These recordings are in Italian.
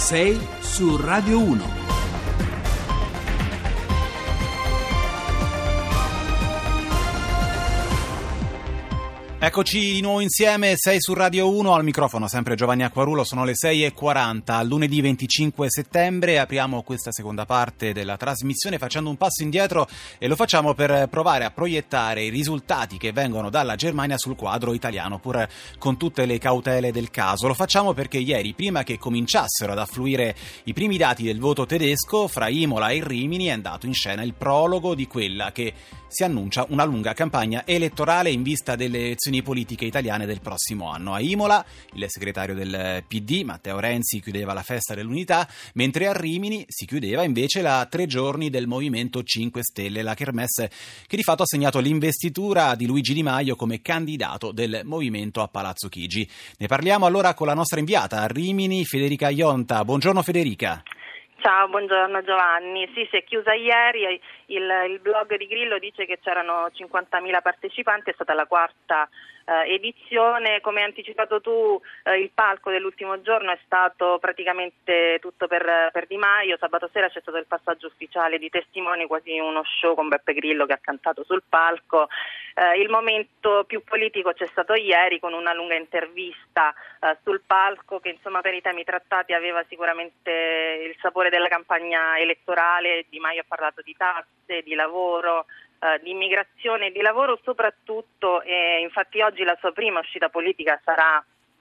6 su Radio 1. Eccoci di nuovo insieme, 6 su Radio 1, al microfono sempre Giovanni Acquarulo, sono le 6:40, lunedì 25 settembre, apriamo questa seconda parte della trasmissione facendo un passo indietro e lo facciamo per provare a proiettare i risultati che vengono dalla Germania sul quadro italiano, pur con tutte le cautele del caso. Lo facciamo perché ieri, prima che cominciassero ad affluire i primi dati del voto tedesco, fra Imola e Rimini è andato in scena il prologo di quella che si annuncia una lunga campagna elettorale in vista delle elezioni politiche italiane del prossimo anno. A Imola il segretario del PD, Matteo Renzi, chiudeva la festa dell'unità, mentre a Rimini si chiudeva invece la 3 giorni del Movimento 5 Stelle, la kermesse che di fatto ha segnato l'investitura di Luigi Di Maio come candidato del Movimento a Palazzo Chigi. Ne parliamo allora con la nostra inviata a Rimini, Federica Ionta. Buongiorno Federica. Ciao, buongiorno Giovanni. Sì, si è chiusa ieri, il blog di Grillo dice che c'erano 50.000 partecipanti, è stata la quarta edizione. Come hai anticipato tu, il palco dell'ultimo giorno è stato praticamente tutto per Di Maio. Sabato sera c'è stato il passaggio ufficiale di testimoni, quasi uno show con Beppe Grillo che ha cantato sul palco. Il momento più politico c'è stato ieri con una lunga intervista sul palco che insomma per i temi trattati aveva sicuramente il sapore della campagna elettorale. Di Maio ha parlato di tasse, di lavoro, di immigrazione e di lavoro soprattutto, e infatti oggi la sua prima uscita politica sarà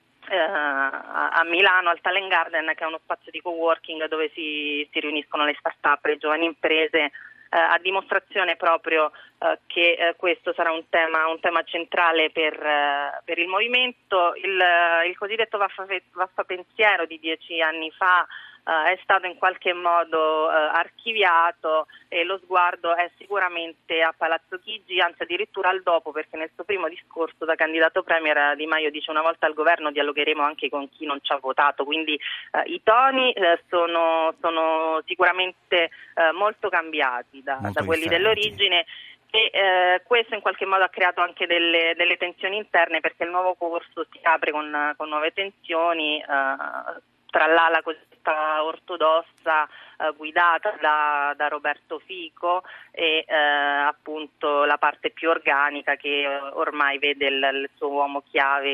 a Milano al Talent Garden, che è uno spazio di coworking dove si riuniscono le start-up, le giovani imprese, a dimostrazione proprio che questo sarà un tema centrale per il movimento. Il cosiddetto Vaffa Pensiero di 10 anni fa è stato in qualche modo archiviato e lo sguardo è sicuramente a Palazzo Chigi, anzi addirittura al dopo, perché nel suo primo discorso da candidato premier Di Maio dice: una volta al governo dialogheremo anche con chi non ci ha votato, quindi i toni sono sicuramente molto cambiati da quelli dell'origine. E questo in qualche modo ha creato anche delle tensioni interne, perché il nuovo corso si apre con nuove tensioni tra l'ala cosiddetta ortodossa guidata da Roberto Fico e appunto la parte più organica che ormai vede il suo uomo chiave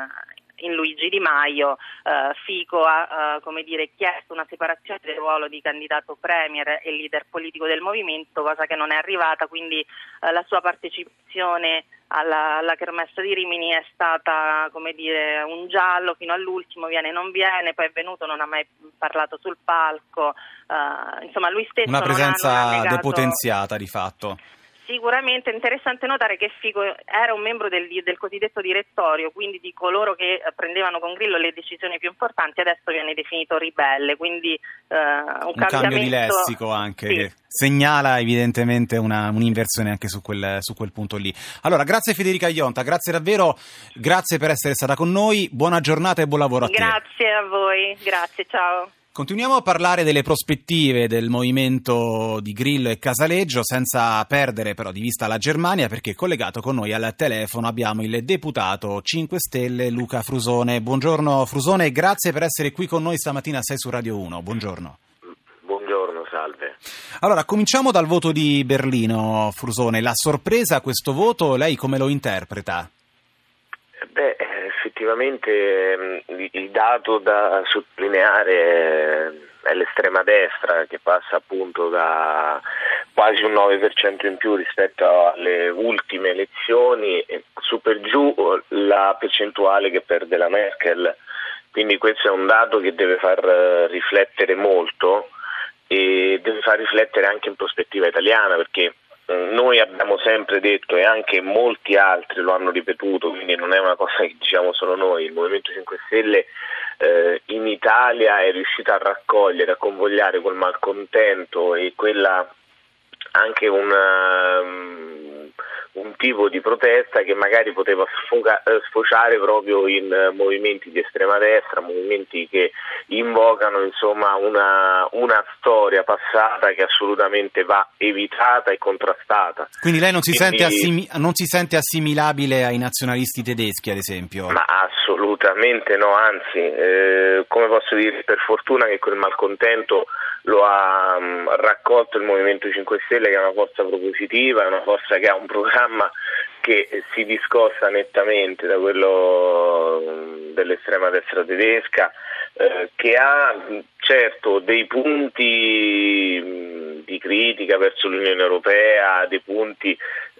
in Luigi Di Maio. Fico ha chiesto una separazione del ruolo di candidato premier e leader politico del movimento, cosa che non è arrivata, quindi la sua partecipazione alla kermesse di Rimini è stata un giallo fino all'ultimo, viene non viene, poi è venuto, non ha mai parlato sul palco, insomma lui stesso una presenza non ha negato... depotenziata di fatto. Sicuramente è interessante notare che Fico era un membro del cosiddetto direttorio, quindi di coloro che prendevano con Grillo le decisioni più importanti. Adesso viene definito ribelle, quindi un cambio di lessico anche, sì, che segnala evidentemente un'inversione anche su quel punto lì. Allora, grazie Federica Ionta, grazie davvero, grazie per essere stata con noi, buona giornata e buon lavoro a te. Grazie a voi, grazie, ciao. Continuiamo a parlare delle prospettive del movimento di Grillo e Casaleggio senza perdere però di vista la Germania, perché collegato con noi al telefono abbiamo il deputato 5 Stelle Luca Frusone. Buongiorno Frusone e grazie per essere qui con noi stamattina a 6 su Radio 1. Buongiorno. Buongiorno, salve. Allora, cominciamo dal voto di Berlino, Frusone. La sorpresa, questo voto, lei come lo interpreta? Effettivamente il dato da sottolineare è l'estrema destra, che passa appunto da quasi un 9% in più rispetto alle ultime elezioni, e su per giù la percentuale che perde la Merkel, quindi questo è un dato che deve far riflettere molto e deve far riflettere anche in prospettiva italiana, perché noi abbiamo sempre detto, e anche molti altri lo hanno ripetuto, quindi non è una cosa che diciamo solo noi, il Movimento 5 Stelle in Italia è riuscito a raccogliere, a convogliare quel malcontento e quella anche un tipo di protesta che magari poteva sfociare proprio in movimenti di estrema destra, movimenti che invocano insomma una storia passata che assolutamente va evitata e contrastata. Quindi lei non si sente assimilabile ai nazionalisti tedeschi, ad esempio? Ma assolutamente Assolutamente no, anzi, come posso dire, per fortuna che quel malcontento lo ha raccolto il Movimento 5 Stelle, che è una forza propositiva, è una forza che ha un programma che si discosta nettamente da quello dell'estrema destra tedesca, che ha certo dei punti di critica verso l'Unione Europea, dei punti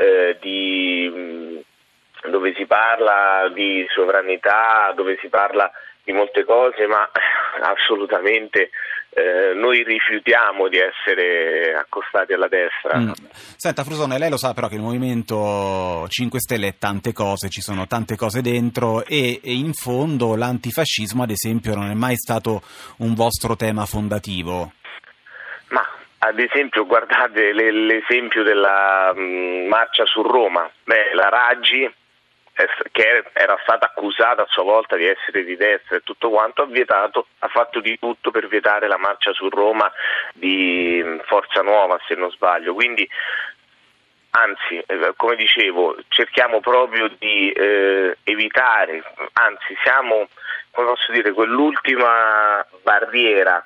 dove si parla di sovranità, dove si parla di molte cose, ma assolutamente noi rifiutiamo di essere accostati alla destra. Senta Frusone, lei lo sa però che il Movimento 5 Stelle è tante cose, ci sono tante cose dentro e in fondo l'antifascismo ad esempio non è mai stato un vostro tema fondativo. Ma ad esempio guardate l'esempio della marcia su Roma, la Raggi, che era stata accusata a sua volta di essere di destra e tutto quanto, ha fatto di tutto per vietare la marcia su Roma di Forza Nuova, se non sbaglio. Quindi, anzi, come dicevo, cerchiamo proprio di evitare, anzi siamo, come posso dire, quell'ultima barriera a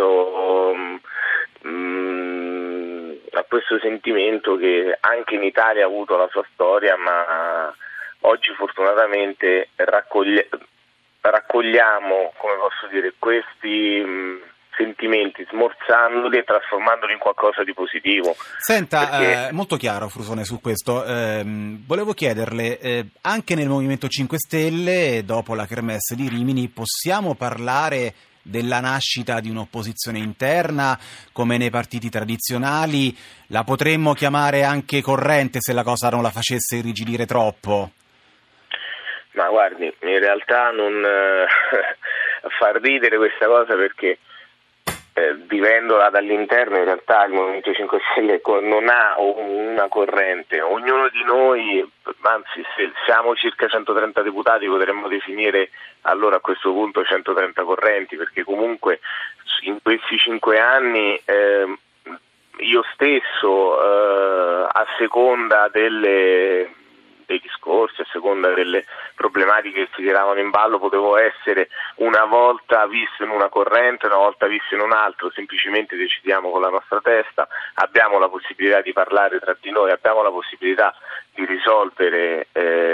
questo sentimento che anche in Italia ha avuto la sua storia, ma oggi fortunatamente raccogliamo, come posso dire, questi sentimenti, smorzandoli e trasformandoli in qualcosa di positivo. Senta, molto chiaro Frusone su questo, volevo chiederle, anche nel Movimento 5 Stelle, dopo la kermesse di Rimini, possiamo parlare della nascita di un'opposizione interna come nei partiti tradizionali? La potremmo chiamare anche corrente se la cosa non la facesse irrigidire troppo? Ma guardi, in realtà non fa ridere questa cosa perché vivendola dall'interno in realtà il Movimento 5 Stelle non ha una corrente. Ognuno di noi, anzi se siamo circa 130 deputati, potremmo definire allora a questo punto 130 correnti, perché comunque in questi 5 anni io stesso a seconda dei discorsi, a seconda delle problematiche che si tiravano in ballo, potevo essere una volta visto in una corrente, una volta visto in un altro. Semplicemente decidiamo con la nostra testa, abbiamo la possibilità di parlare tra di noi, abbiamo la possibilità di risolvere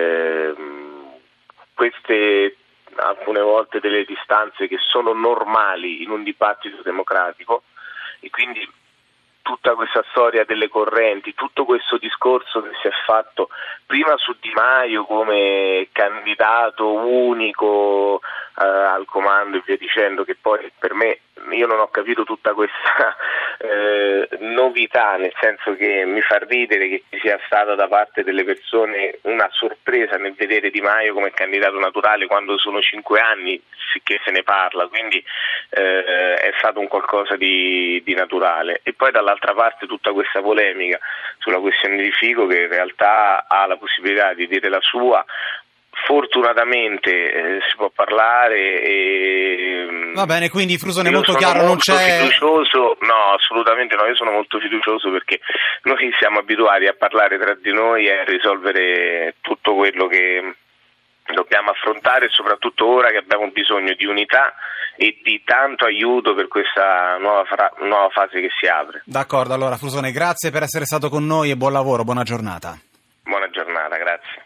queste alcune volte delle distanze che sono normali in un dibattito democratico, e quindi tutta questa storia delle correnti, tutto questo discorso che si è fatto prima su Di Maio come candidato unico al comando e via dicendo, che poi per me, io non ho capito tutta questa novità, nel senso che mi fa ridere che ci sia stata da parte delle persone una sorpresa nel vedere Di Maio come candidato naturale quando sono 5 anni che se ne parla, quindi è stato un qualcosa di naturale. E poi dall'altra parte tutta questa polemica sulla questione di Fico, che in realtà ha la possibilità di dire la sua. Fortunatamente si può parlare e va bene, quindi Frusone è molto chiaro, non c'è fiducioso, no, assolutamente no, io sono molto fiducioso perché noi siamo abituati a parlare tra di noi e a risolvere tutto quello che dobbiamo affrontare, soprattutto ora che abbiamo bisogno di unità e di tanto aiuto per questa nuova fase che si apre. D'accordo, allora Frusone, grazie per essere stato con noi e buon lavoro, buona giornata. Buona giornata, grazie.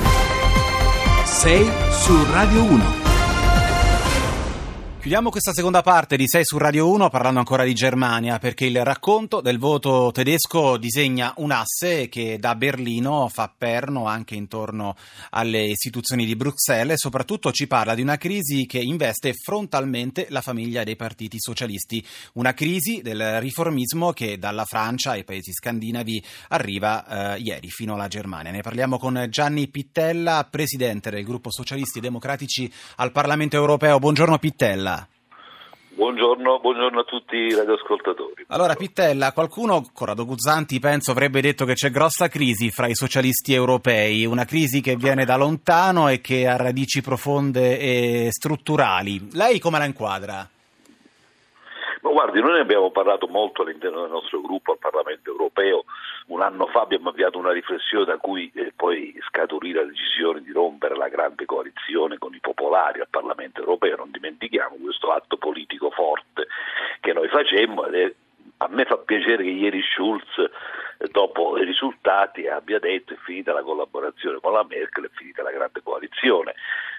6 su Radio 1. Chiudiamo questa seconda parte di 6 su Radio 1 parlando ancora di Germania, perché il racconto del voto tedesco disegna un asse che da Berlino fa perno anche intorno alle istituzioni di Bruxelles e soprattutto ci parla di una crisi che investe frontalmente la famiglia dei partiti socialisti, una crisi del riformismo che dalla Francia ai paesi scandinavi arriva ieri fino alla Germania. Ne parliamo con Gianni Pittella, presidente del gruppo Socialisti Democratici al Parlamento Europeo. Buongiorno Pittella. Buongiorno a tutti i radioascoltatori. Allora Pittella, qualcuno, Corrado Guzzanti penso, avrebbe detto che c'è grossa crisi fra i socialisti europei, una crisi che viene da lontano e che ha radici profonde e strutturali. Lei come la inquadra? Ma guardi, noi ne abbiamo parlato molto all'interno del nostro gruppo al Parlamento Europeo. Un anno fa abbiamo avviato una riflessione da cui poi scaturì la decisione di rompere la grande coalizione con i popolari popolari al Parlamento europeo, non dimentichiamo questo atto politico forte che noi facemmo, a me fa piacere che ieri Schulz, dopo i risultati, abbia detto è finita la collaborazione con la Merkel, è finita la grande coalizione.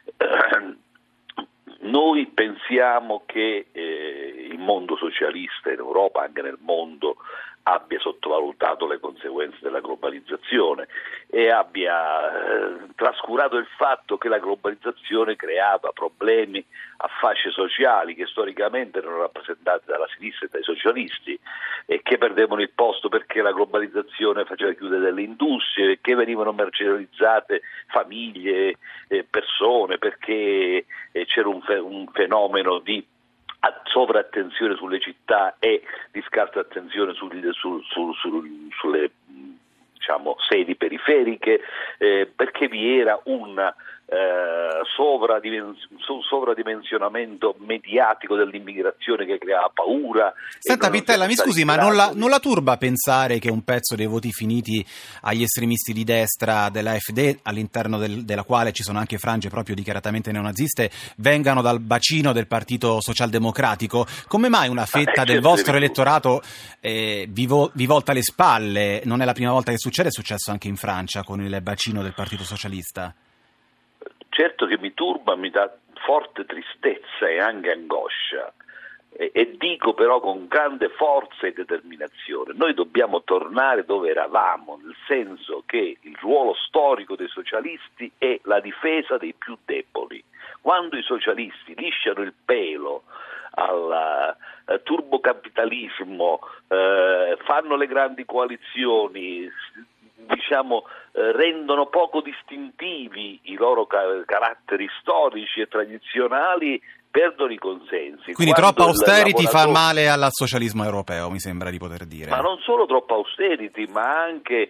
Noi pensiamo che il mondo socialista in Europa, anche nel mondo, abbia sottovalutato le conseguenze della globalizzazione e abbia trascurato il fatto che la globalizzazione creava problemi a fasce sociali che storicamente erano rappresentate dalla sinistra e dai socialisti e che perdevano il posto perché la globalizzazione faceva chiudere delle industrie, perché venivano marginalizzate famiglie, persone, perché c'era un fenomeno di sovraattenzione sulle città e di scarsa attenzione sulle sedi periferiche, perché vi era un sovradimensionamento mediatico dell'immigrazione che creava paura. Senta Pittella, mi scusi, ma non la turba pensare che un pezzo dei voti finiti agli estremisti di destra dell'AfD, all'interno della quale ci sono anche frange proprio dichiaratamente neonaziste, vengano dal bacino del Partito Socialdemocratico? Come mai una fetta del vostro elettorato vi volta le spalle? Non è la prima volta che succede, è successo anche in Francia con il bacino del Partito Socialista. Certo che mi turba, mi dà forte tristezza e anche angoscia e dico però con grande forza e determinazione, noi dobbiamo tornare dove eravamo, nel senso che il ruolo storico dei socialisti è la difesa dei più deboli. Quando i socialisti lisciano il pelo al turbocapitalismo, fanno le grandi coalizioni, rendono poco distintivi i loro caratteri storici e tradizionali, perdono i consensi. Quindi troppa austerity fa male al socialismo europeo, mi sembra di poter dire. Ma non solo troppa austerity, ma anche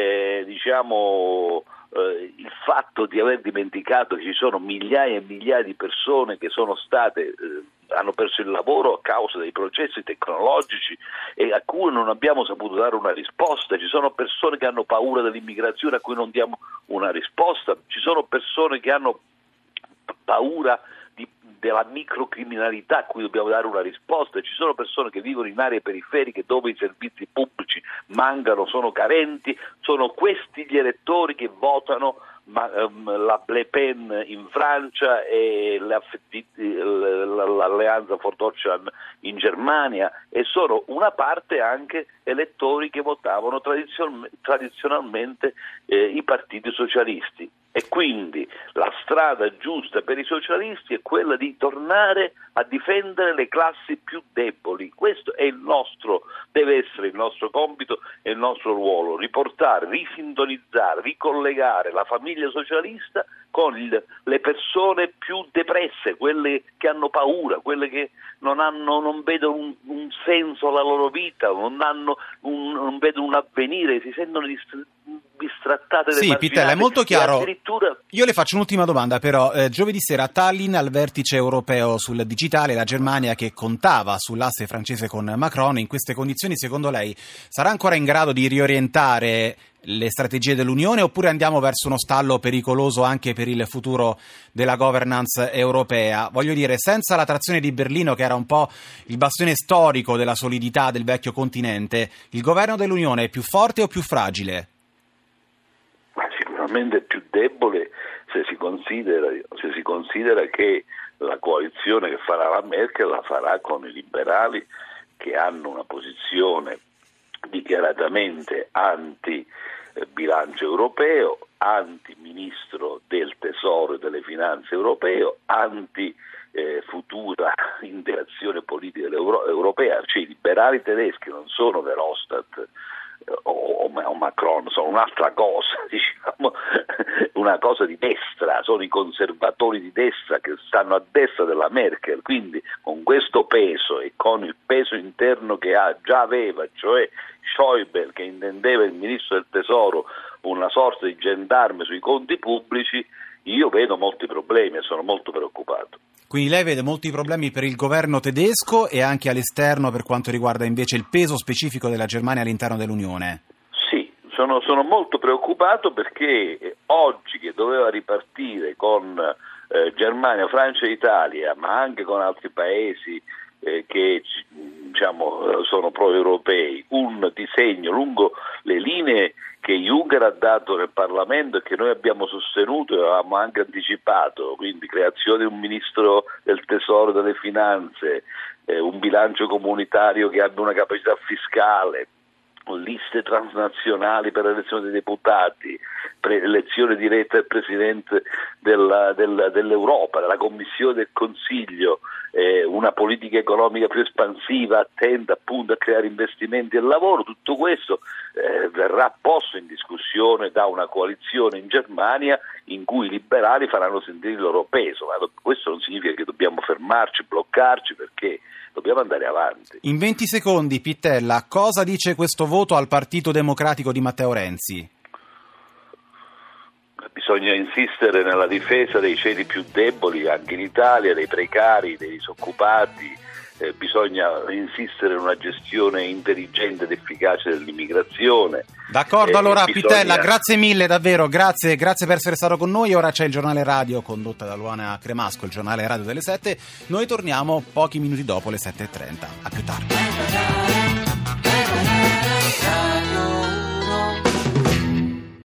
il fatto di aver dimenticato che ci sono migliaia e migliaia di persone che sono state hanno perso il lavoro a causa dei processi tecnologici e a cui non abbiamo saputo dare una risposta. Ci sono persone che hanno paura dell'immigrazione a cui non diamo una risposta, ci sono persone che hanno paura della microcriminalità a cui dobbiamo dare una risposta, ci sono persone che vivono in aree periferiche dove i servizi pubblici mancano, sono carenti, sono questi gli elettori che votano la Le Pen in Francia e l'alleanza for Deutschland in Germania, e sono una parte anche elettori che votavano tradizionalmente i partiti socialisti. E quindi la strada giusta per i socialisti è quella di tornare a difendere le classi più deboli. Questo è deve essere il nostro compito e il nostro ruolo, riportare, risintonizzare, ricollegare la famiglia socialista con le persone più depresse, quelle che hanno paura, quelle che non vedono un senso alla loro vita, non vedono un avvenire, si sentono bistrattate. Sì, Pittella, è molto chiaro. Io le faccio un'ultima domanda però. Giovedì sera a Tallinn, al vertice europeo sul digitale, la Germania, che contava sull'asse francese con Macron, in queste condizioni secondo lei sarà ancora in grado di riorientare le strategie dell'Unione, oppure andiamo verso uno stallo pericoloso anche per il futuro della governance europea? Voglio dire, senza la trazione di Berlino, che era un po' il bastione storico della solidità del vecchio continente, il governo dell'Unione è più forte o più fragile? Ma sicuramente è più debole se si considera che la coalizione che farà la Merkel la farà con i liberali, che hanno una posizione dichiaratamente anti bilancio europeo, anti ministro del tesoro e delle finanze europeo, anti futura integrazione politica europea. Cioè, i liberali tedeschi non sono Verhofstadt o Macron, sono un'altra cosa, diciamo, una cosa di destra, sono i conservatori di destra che stanno a destra della Merkel. Quindi con questo peso e con il peso interno che già aveva, cioè Schäuble, che intendeva il ministro del tesoro una sorta di gendarme sui conti pubblici, io vedo molti problemi e sono molto preoccupato. Quindi lei vede molti problemi per il governo tedesco e anche all'esterno per quanto riguarda invece il peso specifico della Germania all'interno dell'Unione? Sì, sono molto preoccupato perché oggi, che doveva ripartire con Germania, Francia e Italia, ma anche con altri paesi che diciamo sono pro-europei, un disegno lungo le linee che Juncker ha dato nel Parlamento e che noi abbiamo sostenuto e avevamo anche anticipato, quindi creazione di un ministro del tesoro, delle finanze, un bilancio comunitario che abbia una capacità fiscale, liste transnazionali per l'elezione dei deputati, elezione diretta del Presidente dell'Europa, della Commissione del Consiglio, una politica economica più espansiva, attenta appunto a creare investimenti e lavoro. Tutto questo verrà posto in discussione da una coalizione in Germania in cui i liberali faranno sentire il loro peso, ma questo non significa che dobbiamo fermarci, bloccarci, perché dobbiamo andare avanti. In 20 secondi, Pittella, cosa dice questo voto al Partito Democratico di Matteo Renzi? Bisogna insistere nella difesa dei ceti più deboli, anche in Italia, dei precari, dei disoccupati. Bisogna insistere in una gestione intelligente ed efficace dell'immigrazione. D'accordo, allora Pittella, grazie mille, davvero, grazie per essere stato con noi. Ora c'è il giornale radio condotta da Luana Cremasco, il giornale radio delle 7. Noi torniamo pochi minuti dopo le 7:30. A più tardi.